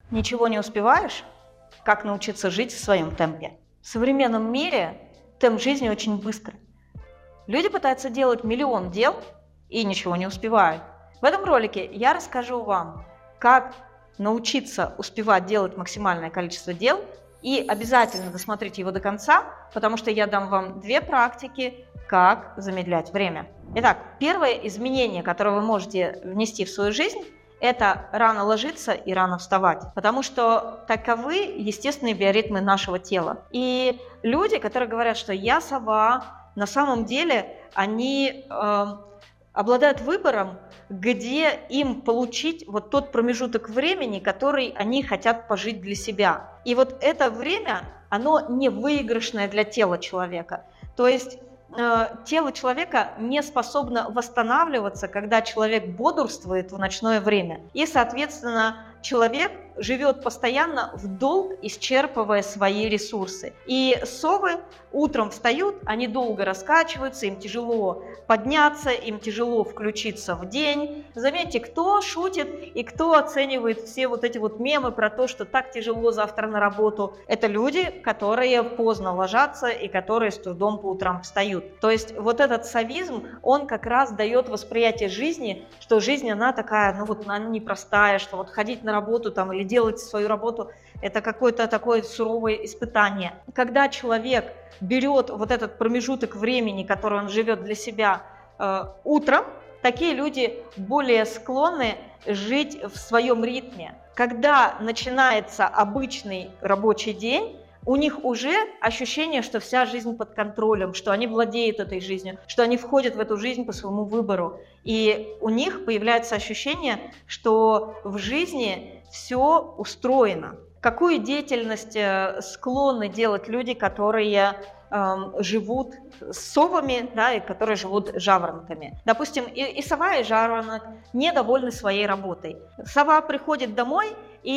Ничего не успеваешь? Как научиться жить в своем темпе? В современном мире темп жизни очень быстрый. Люди пытаются делать миллион дел и ничего не успевают. В этом ролике я расскажу вам, как научиться успевать делать максимальное количество дел, и обязательно досмотрите его до конца, потому что я дам вам 2 практики, как замедлять время. Итак, первое изменение, которое вы можете внести в свою жизнь, это рано ложиться и рано вставать, потому что таковы естественные биоритмы нашего тела. И люди, которые говорят, что я сова, на самом деле они обладают выбором, где им получить вот тот промежуток времени, который они хотят пожить для себя. И вот это время, оно не выигрышное для тела человека. То есть тело человека не способно восстанавливаться, когда человек бодрствует в ночное время. И, соответственно, человек живет постоянно в долг, исчерпывая свои ресурсы. И совы утром встают, они долго раскачиваются, им тяжело подняться, им тяжело включиться в день. Заметьте, кто шутит и кто оценивает все вот эти вот мемы про то, что так тяжело завтра на работу. Это люди, которые поздно ложатся и которые с трудом по утрам встают. То есть вот этот совизм, он как раз дает восприятие жизни, что жизнь она такая, ну вот она непростая, что вот ходить на работу там или делать свою работу – это какое-то такое суровое испытание. Когда человек берет вот этот промежуток времени, который он живет для себя утром, такие люди более склонны жить в своем ритме. Когда начинается обычный рабочий день, у них уже ощущение, что вся жизнь под контролем, что они владеют этой жизнью, что они входят в эту жизнь по своему выбору. И у них появляется ощущение, что в жизни все устроено. Какую деятельность склонны делать люди, которые живут с совами, да, и которые живут жаворонками? Допустим, и сова, и жаворонок недовольны своей работой. Сова приходит домой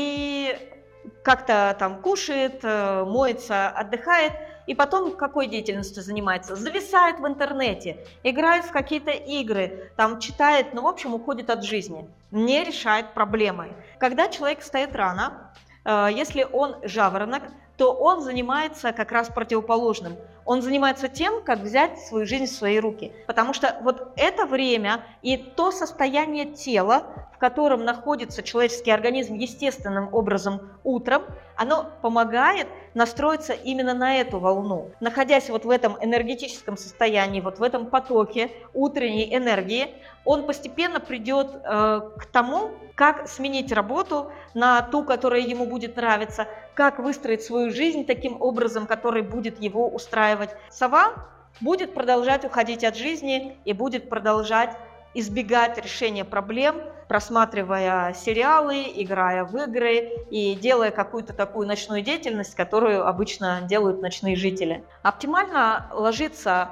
и как-то там кушает, моется, отдыхает, и потом какой деятельностью занимается? Зависает в интернете, играет в какие-то игры, там читает, ну, в общем, уходит от жизни, не решает проблемы. Когда человек встает рано, если он жаворонок, то он занимается как раз противоположным. Он занимается тем, как взять свою жизнь в свои руки. Потому что вот это время и то состояние тела, в котором находится человеческий организм естественным образом утром, оно помогает настроиться именно на эту волну. Находясь вот в этом энергетическом состоянии, вот в этом потоке утренней энергии, он постепенно придет к тому, как сменить работу на ту, которая ему будет нравиться, как выстроить свою жизнь таким образом, который будет его устраивать. Сова будет продолжать уходить от жизни и будет продолжать избегать решения проблем, просматривая сериалы, играя в игры и делая какую-то такую ночную деятельность, которую обычно делают ночные жители. Оптимально ложиться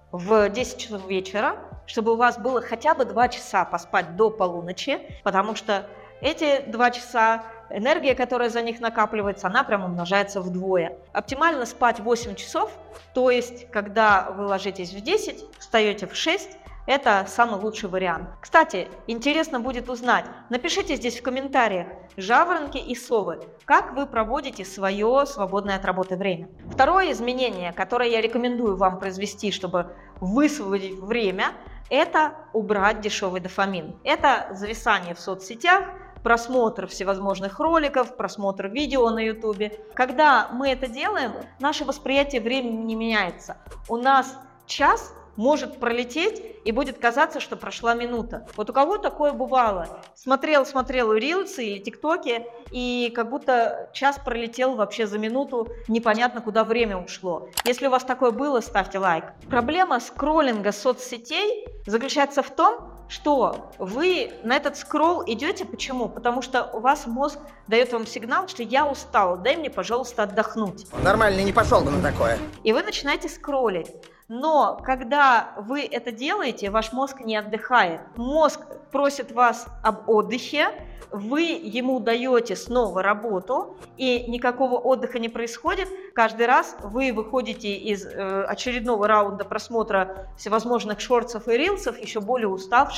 в 10 часов вечера, чтобы у вас было хотя бы 2 часа поспать до полуночи, потому что эти 2 часа, энергия, которая за них накапливается, она прям умножается вдвое. Оптимально спать 8 часов, то есть, когда вы ложитесь в 10, встаете в 6, это самый лучший вариант. Кстати, интересно будет узнать, напишите здесь в комментариях, жаворонки и совы, как вы проводите свое свободное от работы время. Второе изменение, которое я рекомендую вам произвести, чтобы высвободить время, это убрать дешевый дофамин. Это зависание в соцсетях, просмотр всевозможных роликов, просмотр видео на YouTube. Когда мы это делаем, наше восприятие времени не меняется. У нас час может пролететь и будет казаться, что прошла минута. Вот у кого такое бывало? Смотрел рилсы или тиктоки, и как будто час пролетел вообще за минуту, непонятно, куда время ушло. Если у вас такое было, ставьте лайк. Проблема скроллинга соцсетей заключается в том, что вы на этот скролл идете. Почему? Потому что у вас мозг дает вам сигнал, что я устал, дай мне, пожалуйста, отдохнуть. Нормально, не пошел бы на такое. И вы начинаете скроллить. Но когда вы это делаете, ваш мозг не отдыхает. Мозг просит вас об отдыхе, вы ему даете снова работу, и никакого отдыха не происходит. Каждый раз вы выходите из очередного раунда просмотра всевозможных шортсов и рилсов еще более уставшим,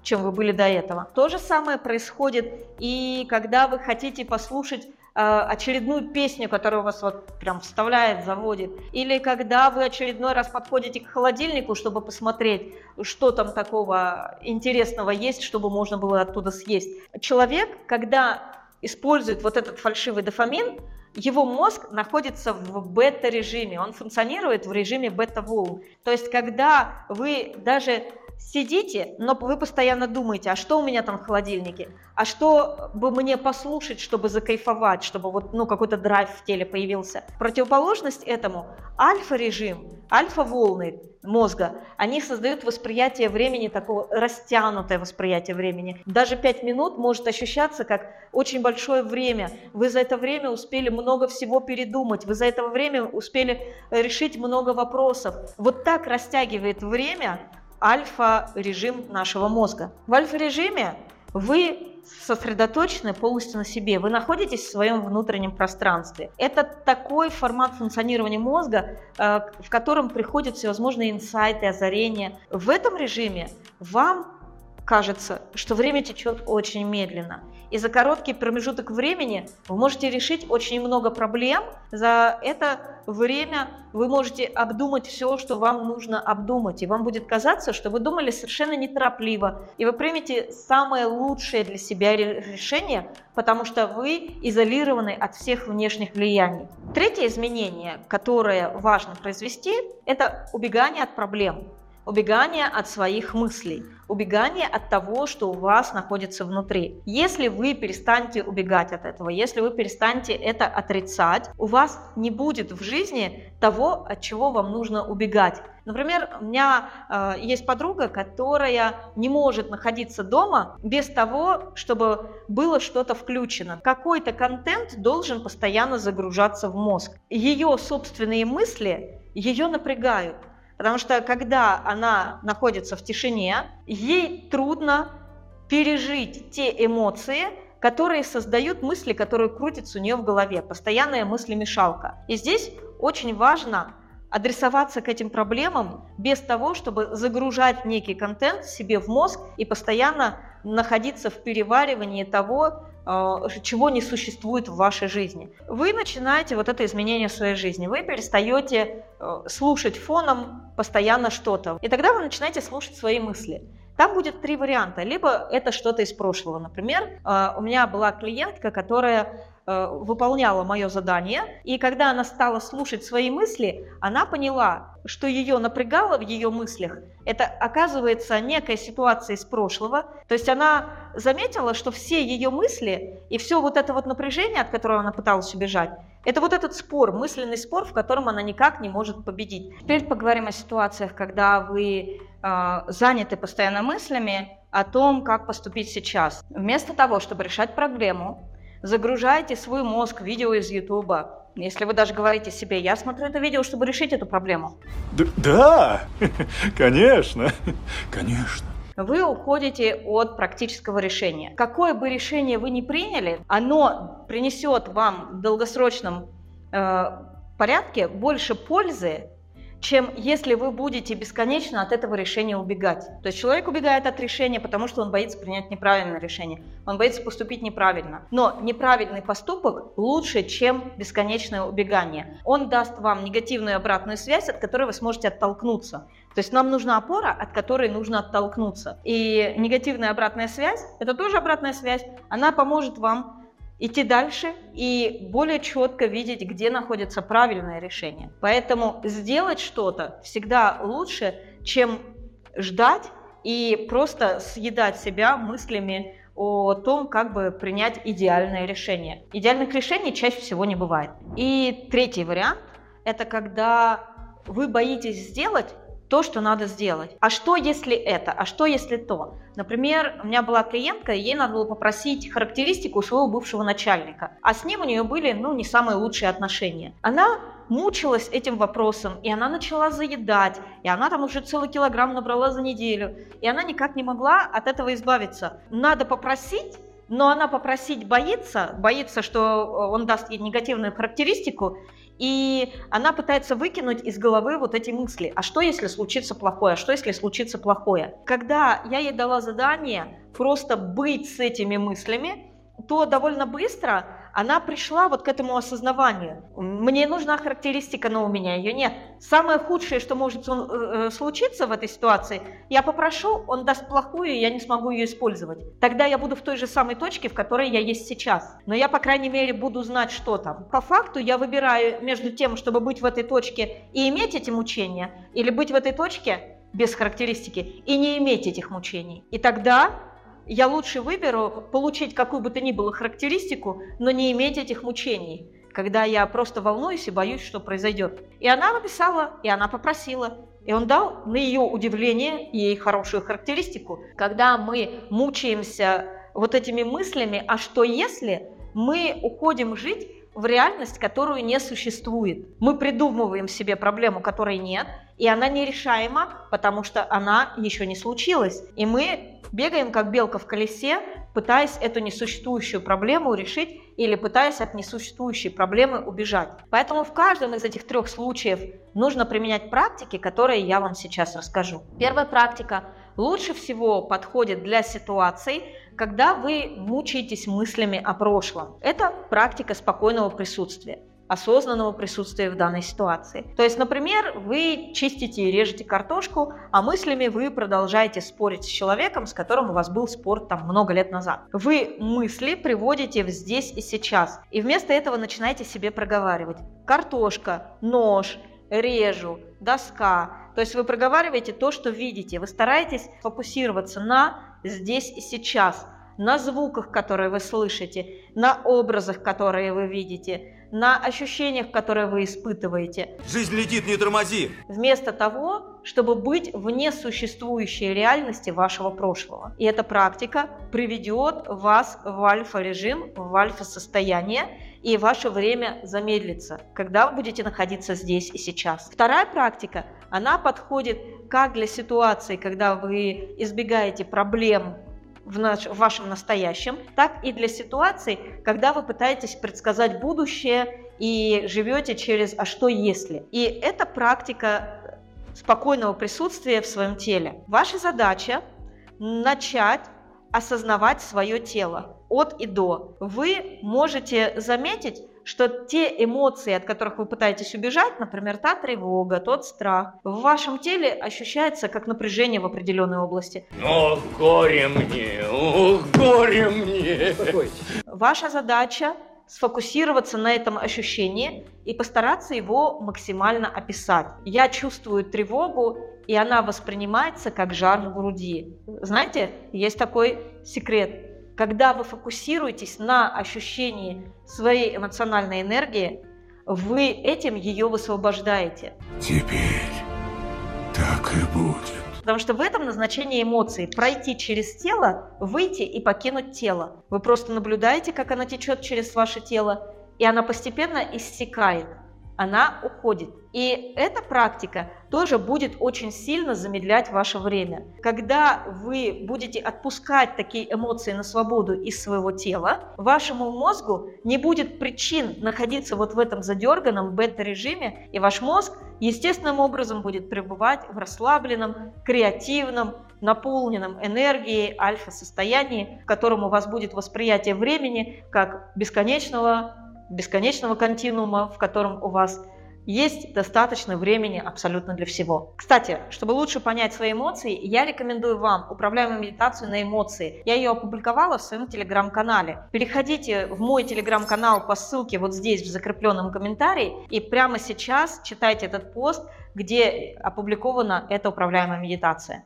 чем вы были до этого. То же самое происходит и когда вы хотите послушать очередную песню, которая у вас вот прям вставляет, заводит, или когда вы очередной раз подходите к холодильнику, чтобы посмотреть, что там такого интересного есть, чтобы можно было оттуда съесть. Человек, когда использует вот этот фальшивый дофамин, его мозг находится в бета-режиме, он функционирует в режиме бета-волн. То есть, когда вы даже сидите, но вы постоянно думаете, а что у меня там в холодильнике, а что бы мне послушать, чтобы закайфовать, чтобы вот, какой-то драйв в теле появился. Противоположность этому альфа-режим, альфа-волны мозга, они создают восприятие времени, такое растянутое восприятие времени. Даже 5 минут может ощущаться как очень большое время. Вы за это время успели много всего передумать, вы за это время успели решить много вопросов. Вот так растягивает время альфа-режим нашего мозга. В альфа-режиме вы сосредоточены полностью на себе, вы находитесь в своем внутреннем пространстве. Это такой формат функционирования мозга, в котором приходят всевозможные инсайты, озарения. В этом режиме вам кажется, что время течет очень медленно. И за короткий промежуток времени вы можете решить очень много проблем. За это время вы можете обдумать все, что вам нужно обдумать. И вам будет казаться, что вы думали совершенно неторопливо. И вы примете самое лучшее для себя решение, потому что вы изолированы от всех внешних влияний. Третье изменение, которое важно произвести, это убегание от проблем. Убегание от своих мыслей, убегание от того, что у вас находится внутри. Если вы перестанете убегать от этого, если вы перестанете это отрицать, у вас не будет в жизни того, от чего вам нужно убегать. Например, у меня есть подруга, которая не может находиться дома без того, чтобы было что-то включено. Какой-то контент должен постоянно загружаться в мозг. Ее собственные мысли ее напрягают. Потому что когда она находится в тишине, ей трудно пережить те эмоции, которые создают мысли, которые крутятся у нее в голове, постоянная мыслемешалка. И здесь очень важно адресоваться к этим проблемам без того, чтобы загружать некий контент себе в мозг и постоянно находиться в переваривании того, чего не существует в вашей жизни. Вы начинаете вот это изменение в своей жизни. Вы перестаете слушать фоном постоянно что-то. И тогда вы начинаете слушать свои мысли. Там будет 3 варианта. Либо это что-то из прошлого. Например, у меня была клиентка, которая выполняла мое задание, и когда она стала слушать свои мысли, она поняла, что ее напрягало в ее мыслях. Это, оказывается, некая ситуация из прошлого. То есть она заметила, что все ее мысли и все вот это вот напряжение, от которого она пыталась убежать, это вот этот спор, мысленный спор, в котором она никак не может победить. Теперь поговорим о ситуациях, когда вы заняты постоянно мыслями о том, как поступить сейчас. Вместо того, чтобы решать проблему, загружайте свой мозг видео из Ютуба. Если вы даже говорите себе, я смотрю это видео, чтобы решить эту проблему. Да, конечно, конечно. Вы уходите от практического решения. Какое бы решение вы ни приняли, оно принесет вам в долгосрочном порядке больше пользы, чем если вы будете бесконечно от этого решения убегать. То есть человек убегает от решения, потому что он боится принять неправильное решение, он боится поступить неправильно. Но неправильный поступок лучше, чем бесконечное убегание. Он даст вам негативную обратную связь, от которой вы сможете оттолкнуться. То есть нам нужна опора, от которой нужно оттолкнуться. И негативная обратная связь, это тоже обратная связь, она поможет вам идти дальше и более четко видеть, где находится правильное решение. Поэтому сделать что-то всегда лучше, чем ждать и просто съедать себя мыслями о том, как бы принять идеальное решение. Идеальных решений чаще всего не бывает. И третий вариант – это когда вы боитесь сделать то, что надо сделать. А что если это? А что если то? Например, у меня была клиентка, и ей надо было попросить характеристику своего бывшего начальника. А с ним у нее были, не самые лучшие отношения. Она мучилась этим вопросом, и она начала заедать, и она там уже целый килограмм набрала за неделю, и она никак не могла от этого избавиться. Надо попросить, но она попросить боится, что он даст ей негативную характеристику, и она пытается выкинуть из головы вот эти мысли. А что, если случится плохое? А что, если случится плохое? Когда я ей дала задание просто быть с этими мыслями, то довольно быстро она пришла вот к этому осознаванию. Мне нужна характеристика, но у меня ее нет. Самое худшее, что может случиться в этой ситуации, я попрошу, он даст плохую, и я не смогу ее использовать. Тогда я буду в той же самой точке, в которой я есть сейчас. Но я, по крайней мере, буду знать, что там. По факту я выбираю между тем, чтобы быть в этой точке и иметь эти мучения, или быть в этой точке без характеристики и не иметь этих мучений. И тогда я лучше выберу получить какую бы то ни было характеристику, но не иметь этих мучений, когда я просто волнуюсь и боюсь, что произойдет. И она написала, и она попросила, и он дал, на ее удивление, ей хорошую характеристику. Когда мы мучаемся вот этими мыслями, а что если, мы уходим жить в реальность, которую не существует. Мы придумываем себе проблему, которой нет, и она нерешаема, потому что она еще не случилась. И мы бегаем, как белка в колесе, пытаясь эту несуществующую проблему решить или пытаясь от несуществующей проблемы убежать. Поэтому в каждом из этих 3 случаев нужно применять практики, которые я вам сейчас расскажу. Первая практика лучше всего подходит для ситуаций, когда вы мучаетесь мыслями о прошлом. Это практика спокойного присутствия, осознанного присутствия в данной ситуации. То есть, например, вы чистите и режете картошку, а мыслями вы продолжаете спорить с человеком, с которым у вас был спор там много лет назад. Вы мысли приводите в здесь и сейчас, и вместо этого начинаете себе проговаривать: картошка, нож, режу, доска. То есть вы проговариваете то, что видите. Вы стараетесь фокусироваться на здесь и сейчас, на звуках, которые вы слышите, на образах, которые вы видите, на ощущениях, которые вы испытываете. Жизнь летит, не тормози! Вместо того, чтобы быть в несуществующей реальности вашего прошлого. И эта практика приведет вас в альфа-режим, в альфа-состояние, и ваше время замедлится, когда вы будете находиться здесь и сейчас. Вторая практика, она подходит как для ситуации, когда вы избегаете проблем в вашем настоящем, так и для ситуаций, когда вы пытаетесь предсказать будущее и живете через «а что если?». И это практика спокойного присутствия в своем теле. Ваша задача начать осознавать свое тело от и до. Вы можете заметить, что те эмоции, от которых вы пытаетесь убежать, например, та тревога, тот страх, в вашем теле ощущается как напряжение в определенной области. Ох, горе мне, ох, горе мне! Ваша задача сфокусироваться на этом ощущении и постараться его максимально описать. Я чувствую тревогу, и она воспринимается как жар в груди. Знаете, есть такой секрет. Когда вы фокусируетесь на ощущении своей эмоциональной энергии, вы этим ее высвобождаете. Теперь так и будет. Потому что в этом назначение эмоций. Пройти через тело, выйти и покинуть тело. Вы просто наблюдаете, как она течет через ваше тело, и она постепенно иссякает. Она уходит. И эта практика тоже будет очень сильно замедлять ваше время. Когда вы будете отпускать такие эмоции на свободу из своего тела, вашему мозгу не будет причин находиться вот в этом задерганном бета-режиме, и ваш мозг естественным образом будет пребывать в расслабленном, креативном, наполненном энергией альфа-состоянии, в котором у вас будет восприятие времени как бесконечного континуума, в котором у вас есть достаточно времени абсолютно для всего. Кстати, чтобы лучше понять свои эмоции, я рекомендую вам управляемую медитацию на эмоции. Я ее опубликовала в своем телеграм-канале. Переходите в мой телеграм-канал по ссылке вот здесь в закрепленном комментарии и прямо сейчас читайте этот пост, где опубликована эта управляемая медитация.